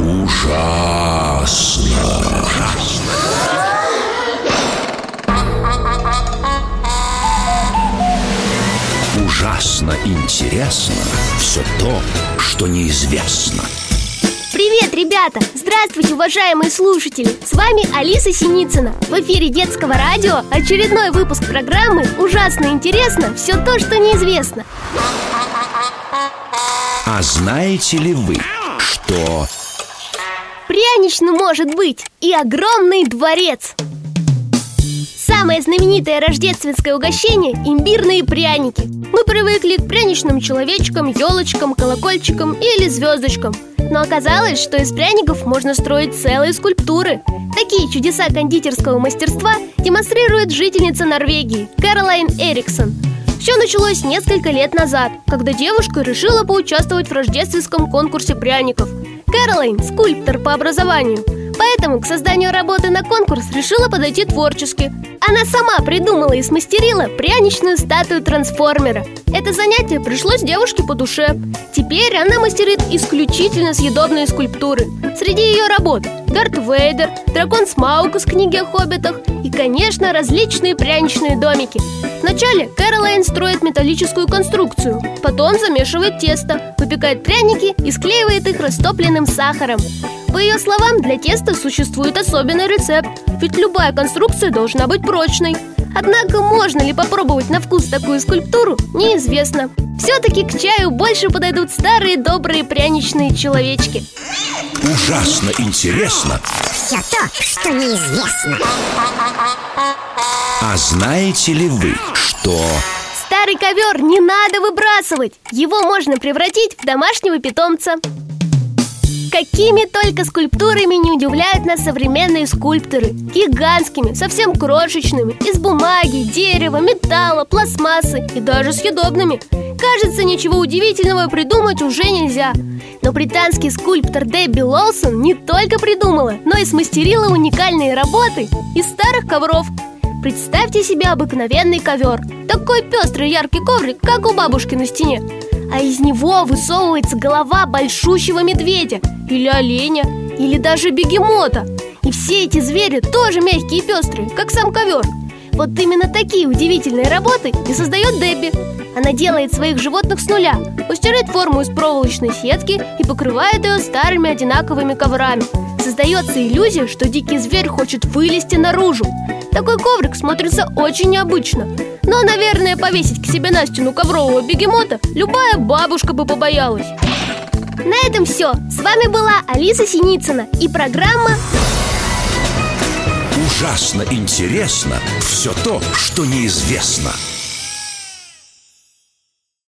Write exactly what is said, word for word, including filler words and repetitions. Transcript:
Ужасно. Ужасно интересно все то, что неизвестно. Привет, ребята! Здравствуйте, уважаемые слушатели! С вами Алиса Синицына. В эфире детского радио очередной выпуск программы «Ужасно интересно все то, что неизвестно». А знаете ли вы, что... Пряничным может быть и огромный дворец. Самое знаменитое рождественское угощение – имбирные пряники. Мы привыкли к пряничным человечкам, елочкам, колокольчикам или звездочкам. Но оказалось, что из пряников можно строить целые скульптуры. Такие чудеса кондитерского мастерства демонстрирует жительница Норвегии Кэролайн Эриксон. Все началось несколько лет назад, когда девушка решила поучаствовать в рождественском конкурсе пряников. Кэролайн – скульптор по образованию, поэтому к созданию работы на конкурс решила подойти творчески. Она сама придумала и смастерила пряничную статую трансформера. Это занятие пришлось девушке по душе. Теперь она мастерит исключительно съедобные скульптуры. Среди ее работ Дарт Вейдер, дракон Смауг из книги о хоббитах и, конечно, различные пряничные домики. Вначале Кэролайн строит металлическую конструкцию, потом замешивает тесто, выпекает пряники и склеивает их растопленным сахаром. По ее словам, для теста существует особенный рецепт, ведь любая конструкция должна быть прочной. Однако можно ли попробовать на вкус такую скульптуру, неизвестно. Все-таки к чаю больше подойдут старые добрые пряничные человечки. Ужасно интересно все то, что неизвестно. А знаете ли вы, что... Старый ковер не надо выбрасывать. Его можно превратить в домашнего питомца. Какими только скульптурами не удивляют нас современные скульпторы. Гигантскими, совсем крошечными, из бумаги, дерева, металла, пластмассы и даже съедобными. Кажется, ничего удивительного придумать уже нельзя. Но британский скульптор Дебби Лоусон не только придумала, но и смастерила уникальные работы из старых ковров. Представьте себе обыкновенный ковер. Такой пестрый яркий коврик, как у бабушки на стене. А из него высовывается голова большущего медведя или оленя, или даже бегемота. И все эти звери тоже мягкие и пестрые, как сам ковер. Вот именно такие удивительные работы и создает Дебби. Она делает своих животных с нуля, мастерит форму из проволочной сетки и покрывает ее старыми одинаковыми коврами. Создается иллюзия, что дикий зверь хочет вылезти наружу. Такой коврик смотрится очень необычно. Но, наверное, повесить к себе на стену коврового бегемота любая бабушка бы побоялась. На этом все. С вами была Алиса Синицына и программа Ужасно интересно все то, что неизвестно.